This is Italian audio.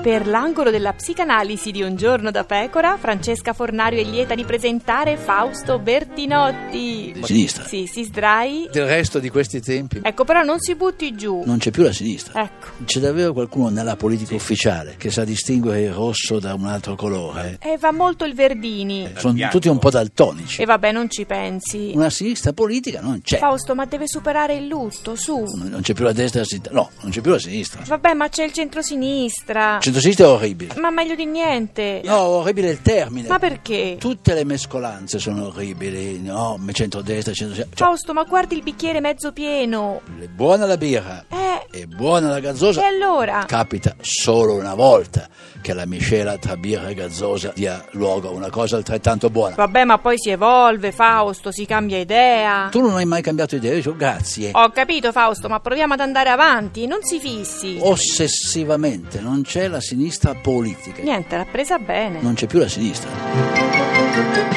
Per l'angolo della psicanalisi di Un giorno da pecora, Francesca Fornario è lieta di presentare Fausto Bertinotti. Di sinistra. Sì, si sdrai. Del resto di questi tempi Ecco, però non si butti giù. non c'è più la sinistra. Ecco. C'è davvero qualcuno nella politica ufficiale che sa distinguere il rosso da un altro colore? E va molto il Verdini. Sono tutti un po' daltonici. E vabbè, non ci pensi. Una sinistra politica non c'è. Fausto, ma deve superare il lutto, su. Non c'è più la destra e la sinistra. No, non c'è più la sinistra. Vabbè, ma c'è il centrosinistra. Centrosinistra è orribile. Ma meglio di niente. No, orribile è il termine. Ma perché? Tutte le mescolanze sono orribili, no? Centrodestra, centrosinistra. Cioè, Fausto, ma guardi il bicchiere mezzo pieno. è buona la birra e buona la gazzosa. E allora? Capita solo una volta che la miscela tra birra e gazzosa dia luogo a una cosa altrettanto buona. Vabbè, ma poi si evolve, Fausto, si cambia idea. Tu non hai mai cambiato idea, io grazie. Ho capito, Fausto, ma proviamo ad andare avanti, non si fissi. Ossessivamente, non c'è la sinistra politica. Niente, l'ha presa bene. Non c'è più la sinistra.